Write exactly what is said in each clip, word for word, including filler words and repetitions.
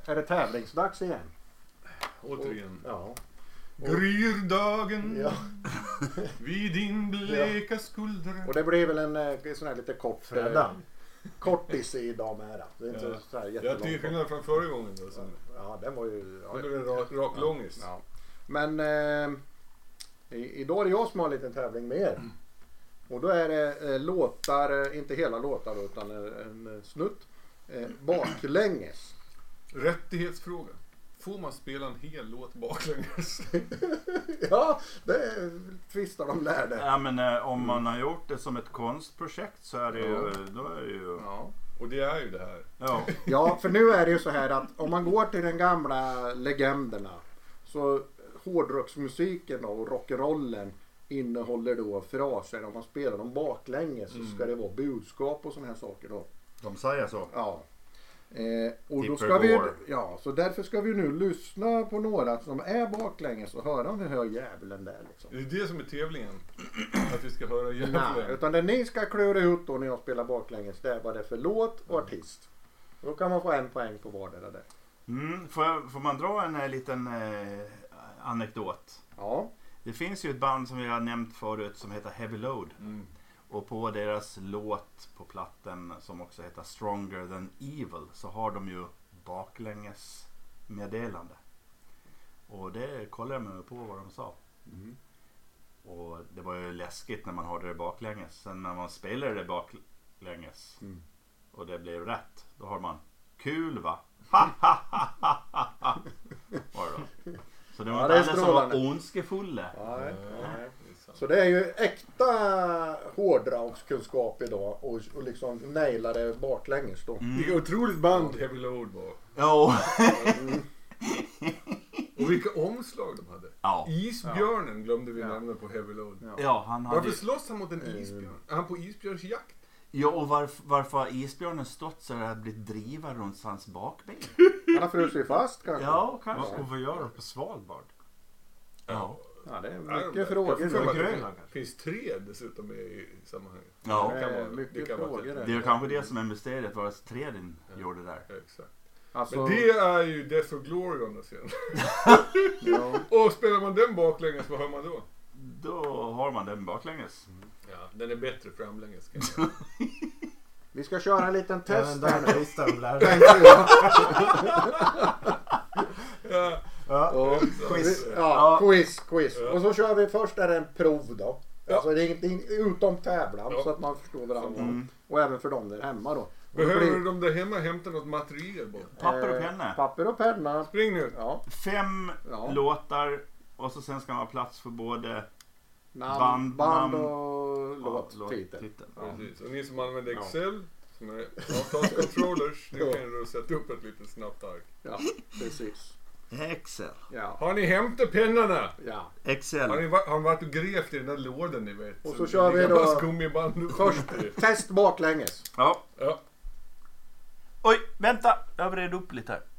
är det tävlingsdags igen. Återigen. Och, ja. Gryr dagen Ja. vid din bleka skulder. Och det blir väl en, en sån här lite kort Fredag. kortis idag med. Det är inte Ja. så här Ja, jättelångt. till skillnad från förra gången då. Så. Ja, den var ju... Ja, Nu är det en rak, rak långis. ja. Men eh, i, idag är det jag som har en liten tävling med er. Mm. Och då är det eh, låtar, eh, inte hela låtar då, utan en, en snutt. Eh, baklänges. Rättighetsfråga. Får man spela en hel låt baklänges? Ja, det tvistar de lärde. Ja, men eh, om man har gjort det som ett konstprojekt så är det ju, Ja. då är det ju, Ja. Och det är ju det här. ja. Ja, för nu är det ju så här att om man går till den gamla legenderna så hårdrocksmusiken och rock'n'rollen innehåller då fraser. Om man spelar dem baklänges så ska det vara budskap och såna här saker då. De säger så. Ja. Eh, och då Tipper ska vi ju, går. ja, så därför ska vi nu lyssna på några som är baklänges och höra om vi hör djävulen där liksom. Det är det som är tävlingen. Att vi ska höra Nej, djävulen. utan det ni ska klura ut då när jag spelar baklänges det är vad det är för låt och artist. Då kan man få en poäng på vardera där. Mm, får, jag, får man dra en eh, liten eh, anekdot? Ja. Det finns ju ett band som vi har nämnt förut som heter Heavy Load. Mm. Och på deras låt på platten som också heter Stronger Than Evil så har de ju baklänges meddelande. Och det kollade jag mig på vad de sa. Mm. Och det var ju läskigt när man hörde det baklänges. Sen när man spelade det baklänges Mm. och det blev rätt, då har man kul va? Ha ha ha ha ha. Var det då? Så det var Ja, inte det är alla som var strålande. ondskefulla. Nej, Ja, nej. det är sant. Så det är ju äkta hårdragskunskap idag och, och liksom naila det baklänges då. Vilket otroligt band Heavy Load var. Ja. Mm. Och vilka omslag de hade. Ja. Isbjörnen glömde vi Ja. nämna på Heavy Load. Ja. Ja, han hade Varför ju- slåss han mot en isbjörn? Är han på isbjörnsjakt? Ja, och varför, varför har isbjörnen stått så att det har blivit driva runt hans bakben? Han har frusit fast kanske. Ja, kanske. Och vad gör de på Svalbard? Ja. Ja, det är Nej, mycket jag frågor. får för mig att det Grönland finns- finns tre dessutom med i sammanhanget. Ja. Det kan Det är vara- mycket det kan vara frågor ett- där. Det är kanske det som är mysteriet vad träden gjorde där. Ja, exakt. Alltså, Men det är ju Death of Glory on scen. ja. Och spelar man den baklänges, vad hör man då? Då har man den baklänges. Ja, den är bättre framlänges kan jag säga. Vi ska köra en liten Även test där här nu. listan lärde. Tänker jag. Ja, Ja. Och, Quiz. Ja, Ja. quiz, quiz. Ja. Och så kör vi först är det en prov då. Ja. Alltså det är ingenting utom tävlan Ja. så att man förstår varandra. Mm. Och även för dem där hemma då. Och då behöver blir- de där hemma hämta något material bara? Papper och eh, penna. Papper och penna. Spring nu! Ja. Fem Ja. låtar och så sen ska man ha plats för både Namn, Band, band namn. och ja, låttitel. titel. Ja. Precis. Och ni som använder Ja. Excel, som är avtalscontrollers, ni Ja. kan ju sätta upp ett litet snabbt ark. Ja, precis. Excel. Ja. Har ni hämtat pennorna? Ja. Har Excel. ni va- har ni varit och grävt i den där lådan ni vet? Och så kör vi det då- bara skummiband och Först skit i. test baklänges. Ja. Ja. Oj, vänta. Jag vred upp lite här.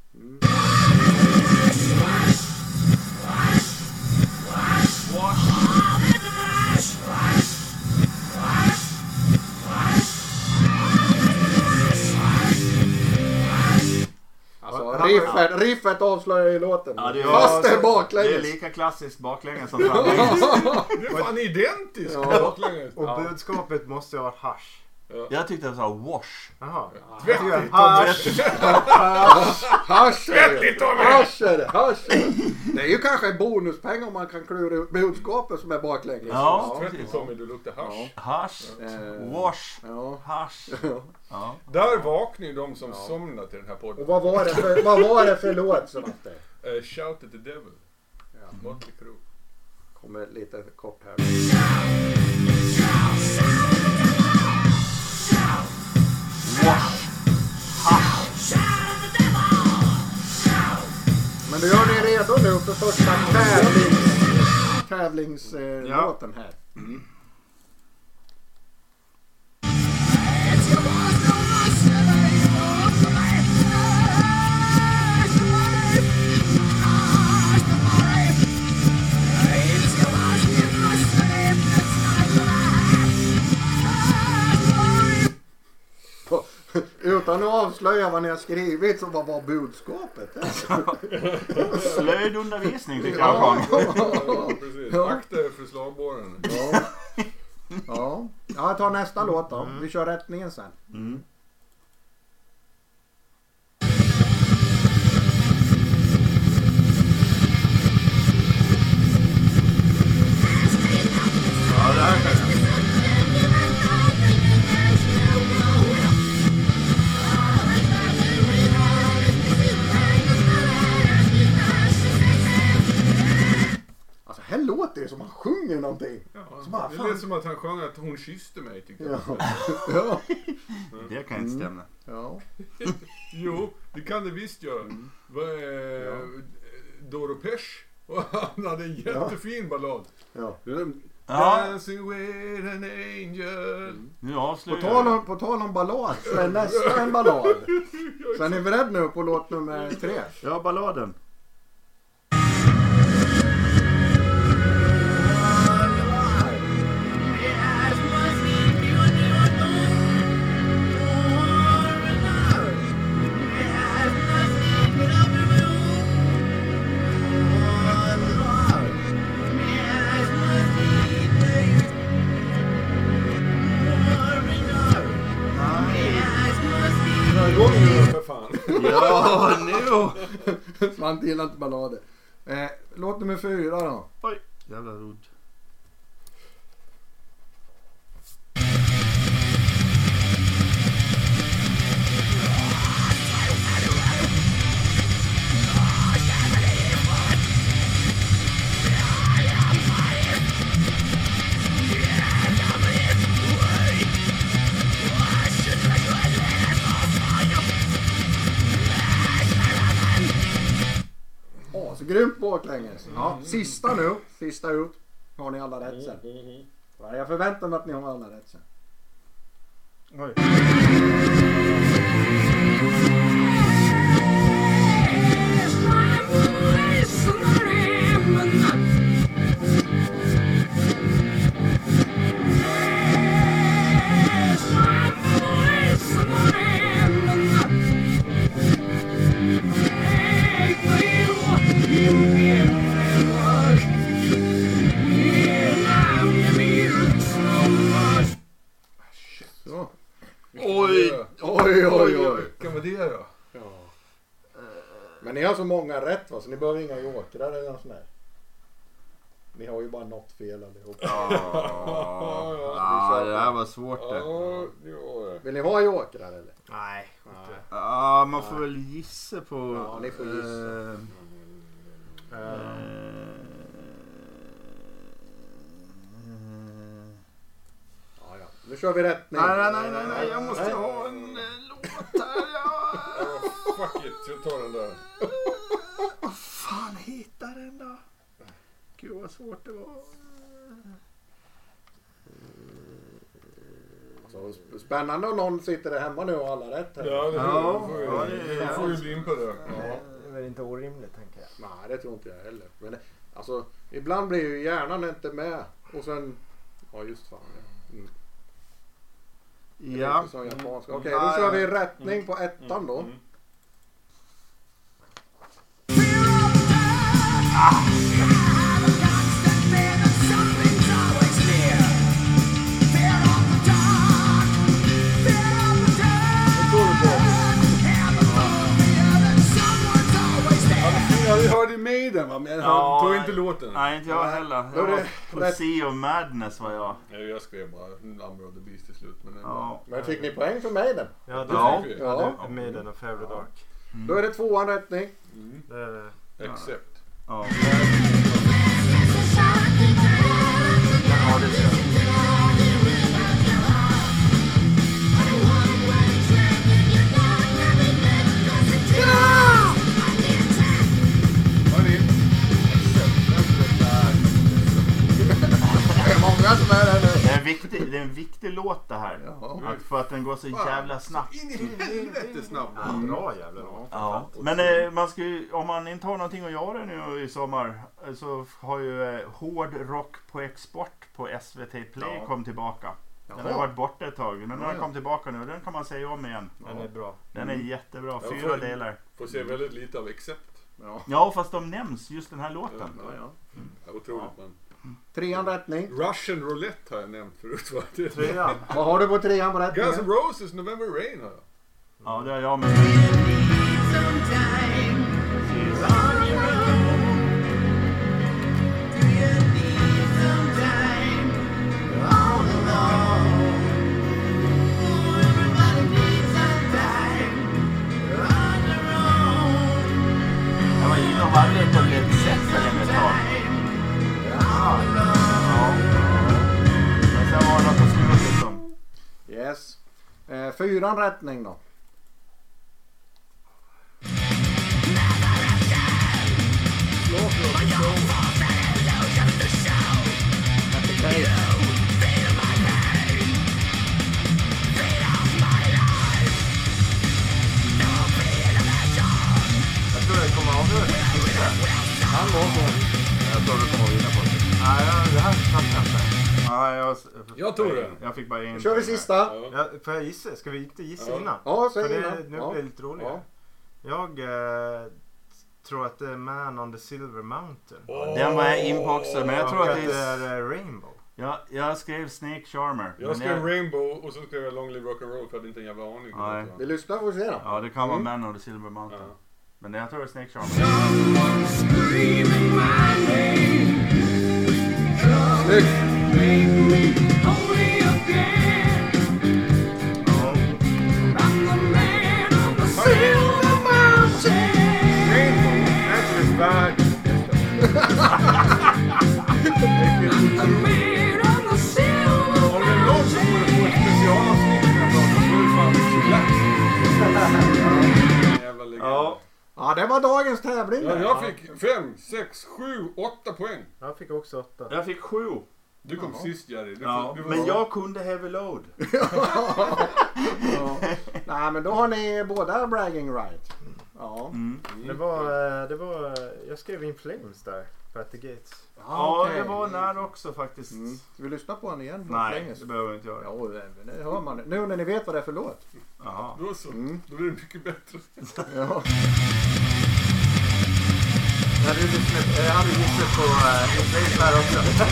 Alltså riffet, riffet avslöjar ju låten. Ja, det är- Fast det är Det är baklänges. lika klassiskt baklänges som framlänges. Det är fan identiskt Ja. baklänges. Och budskapet måste ju ha varit hasch. Jag tyckte jag sa wash. Jaha. Tvättigt! Hasch. Hasch är det. Tvättigt, Tommy! Hasch är det. Hasch är det. Det är ju kanske en bonuspeng om man kan klura ut budskapet som är baklänges. Ja. Tvättigt Tommy, du luktar hasch. Hash. Eh, Wash. Ja. Hash. Ja. Ja. Där vaknar ju de som somnar till den här Och podden. vad var det för, vad var det för låt som att det? Uh, Shout at the Devil. Ja. Motley Crue. Kommer lite kort här. Men då gör ni redo nu för första tävlings, tävlingslåten eh, Ja. låten här. Utan Utan att avslöja vad ni har skrivit så vad var budskapet? Slöjdundervisning tycker Ja. jag. Ja, precis. Ja. Akta er för slagborren. Ja. Ja. Ja, jag tar nästa låt då. Vi kör rättningen sen. Mm. Ja, det här kan jag. Alltså här låter det som man sjunger någonting. Ja, Så bara, det fan. lät som att han sjöng att hon kysste mig, tyckte jag. Ja. Ja. Det kan inte stämma. Ja. Jo, det kan det visst göra. Vad är Ja. Doro Pesch? Och han hade en jättefin ballad. Ja. Ja, Dancing with an angel. nu På avslöjar tal jag. om, på tal om ballad så är nästa en ballad. Så är ni beredda nu på låt nummer tre? Ja, balladen. Dra igång nu för fan. Ja, nu! Svante gillar inte ballader. Eh, låt nummer fyra då. Oj, jävla rodd. Åh, så grymt baklänges. Ja, sista nu. Sista ut. Har ni alla rätt sen? Ja, jag förväntar mig att ni har alla rätt sen. Oj. Så. Oj! Oj, oj, oj. Kan vara det då? Ja. Men ni har så många rätt va, så ni behöver inga jokrar eller något sånt där. Ni har ju bara något fel allihop. Ja, ja, det här var svårt det. Ja, jo. Vill ni ha jokrar eller? Nej, inte. Ja, man får väl gissa på... Ja, ni får gissa. eh, Eh, eh, Ja, ja. Nu kör vi rättning. Nej, nej, nej, nej, nej, jag måste Nej. ha en eh, låt här. Ja. Ja, fuck it, jag tar den där. Vad fan hittar den då? Gud vad svårt det var. Så sp- spännande om någon sitter där hemma nu och har alla rätt här. Ja, det Ja, får, ja, ju, det är- det får ju bli in på det. Ja. det är väl inte orimligt, tänker jag. Nej, det tror inte jag heller. Men alltså, ibland blir ju hjärnan inte med. Och sen, ja just fan. Ja. Mm. Det är Ja. lite som japanska. Okej, Ja, då kör ja. vi rättning på ettan då. Mm. Ja, vi hörde Maiden va, men Ja, han tog inte låten. Nej, inte jag heller. Då är Jag det var på rätt. Sea of Madness var jag. Ja, jag skrev bara Number of the Beast till slut. Men Ja. Men fick ni poäng för mig den? Ja, det Ja. fick vi. Ja. Ja. Maiden och Fairly Dark. Då är det tvåan rättning. Mm. Det, Accept. Ja. Ja, det ser jag. Hörni, Det är många som är där nu. Det är en viktig, det är en viktig låt det här. Ja. Att, för att den går så jävla snabbt. in i helvete snabbt. ja, bra jävlar. Ja. Men eh, man ska ju, om man inte har någonting att göra nu i sommar så har ju eh, Hård rock på export på S V T Play Ja. kommit tillbaka. Den har varit borta ett tag, men nu har den kommit tillbaka nu och den kan man säga om igen. Den är bra. Den är jättebra, Jag fyra får- delar. Får se väldigt lite av Accept. Ja. Ja, fast de nämns just den här låten. Ja, ja. Ja, otroligt men. Trean rättning. Russian Roulette har jag nämnt förut. Va? Det- Trean. Vad har du på trean på Guns N' rättningen? Roses November Rain har jag. Ja, det har jag med. Jag var inne och vandrade på Led Zeppelin ett tag. Ja. Men sen var det något på slutet som... Yes. Eh, fyran rättning då. Okej. Jag tror det kommer avgöra. Han var så. Jag tror du kommer att vinna på det. Nej, jag- det här fattar jag inte. Nej, jag, Jag tog den. Jag fick bara en. Nu kör vi sista. Ja. Ja, får jag gissa? Ska vi inte gissa Ja. innan? Ja, För säg det, innan. nu Ja. blir det lite roligare. Ja. Jag eh, tror att det är Man on the Silver Mountain. Den var jag in på också, men jag tror Och att det är... är eh, Rainbow. Jag, jag skrev Snake Charmer. Jag men skrev Rainbow och så skrev jag Long Live Rock'n'Roll för jag hade inte en jävla aning. Nej. Vi lyssnar och ser då. Ja, det kan vara Mm. Man of the Silver Mountain. Ja. Men jag tror det är Snake Charmer. Snyggt. Rainbow, Naturally värd. Om det är någon som borde få ett specialavsnitt med den låten så är det fan Richie Black. Jävla legend. Ja. Ja, det var dagens tävling. Ja, där. jag fick fem, sex, sju, åtta poäng. Jag fick också åtta. Jag fick sju. Du kom Jaha. sist Jerry. Du Ja, får, du får men jag kunde Heavy Load. Ja. Nej, men då har ni båda bragging right. Ja. Mm. Det var, eh, det var, eh, jag skrev In Flames där. På At the Gates. Ja, okej. det var nära också faktiskt. Mm. Ska vi lyssna på honom igen? Nej, det behöver vi inte göra. Ja, det det hör man. Nu när ni vet vad det är för låt. Jaha. Då så. Mm. Då blir det mycket bättre. Ja. Jag hade gissat, jag hade gissat på uh, In Flames här också.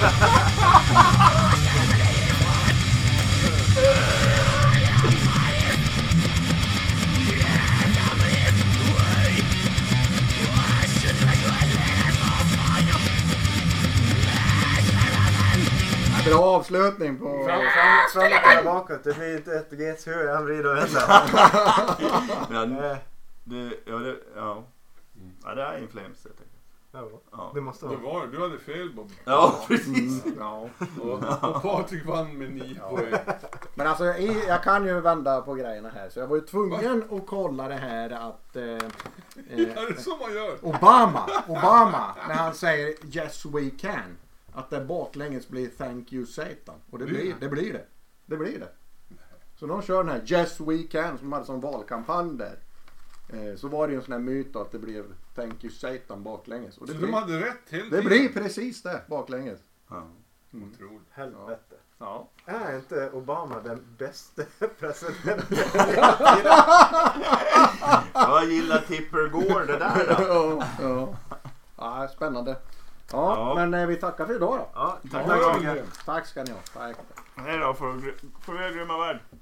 Bra avslutning på... Fram, fram, framåt och bakåt. Det blir inte At the Gates hur han vrider och vänder. Men, Eh, det, ja, det, ja. ja, det är In Flames helt enkelt. ja, Ja, det måste Det vara. var, du hade fel Bob. ja precis. Mm, ja. Och, och Patrik vann med nio poäng. Men alltså, i- jag kan ju vända på grejerna här. Så jag var ju tvungen att kolla det här att... Eh, Ja, eh, det är så man gör. Obama, Obama, när han säger Yes we can. Att det baklänges blir Thank you Satan. Och det blir det. Blir det. Det blir det. Så de kör den här Yes we can som de hade som valkampanj där. Eh, så var det ju en sån här myt att det blev Thank you Satan baklänges. Och det, Så blir, de hade rätt hela det tiden. blir precis det baklänges. Ja. Otroligt. Helvete. Ja. Är inte Obama den bästa presidenten? Jag gillar Tipper Gore det där då. ja, ja. Ja, spännande. Ja, Ja. men eh, vi tackar för idag då. Ja, tack Ja, så mycket. ja. Tack ska ni ha. Tack. Hej då, får, får vi ha grymma värld.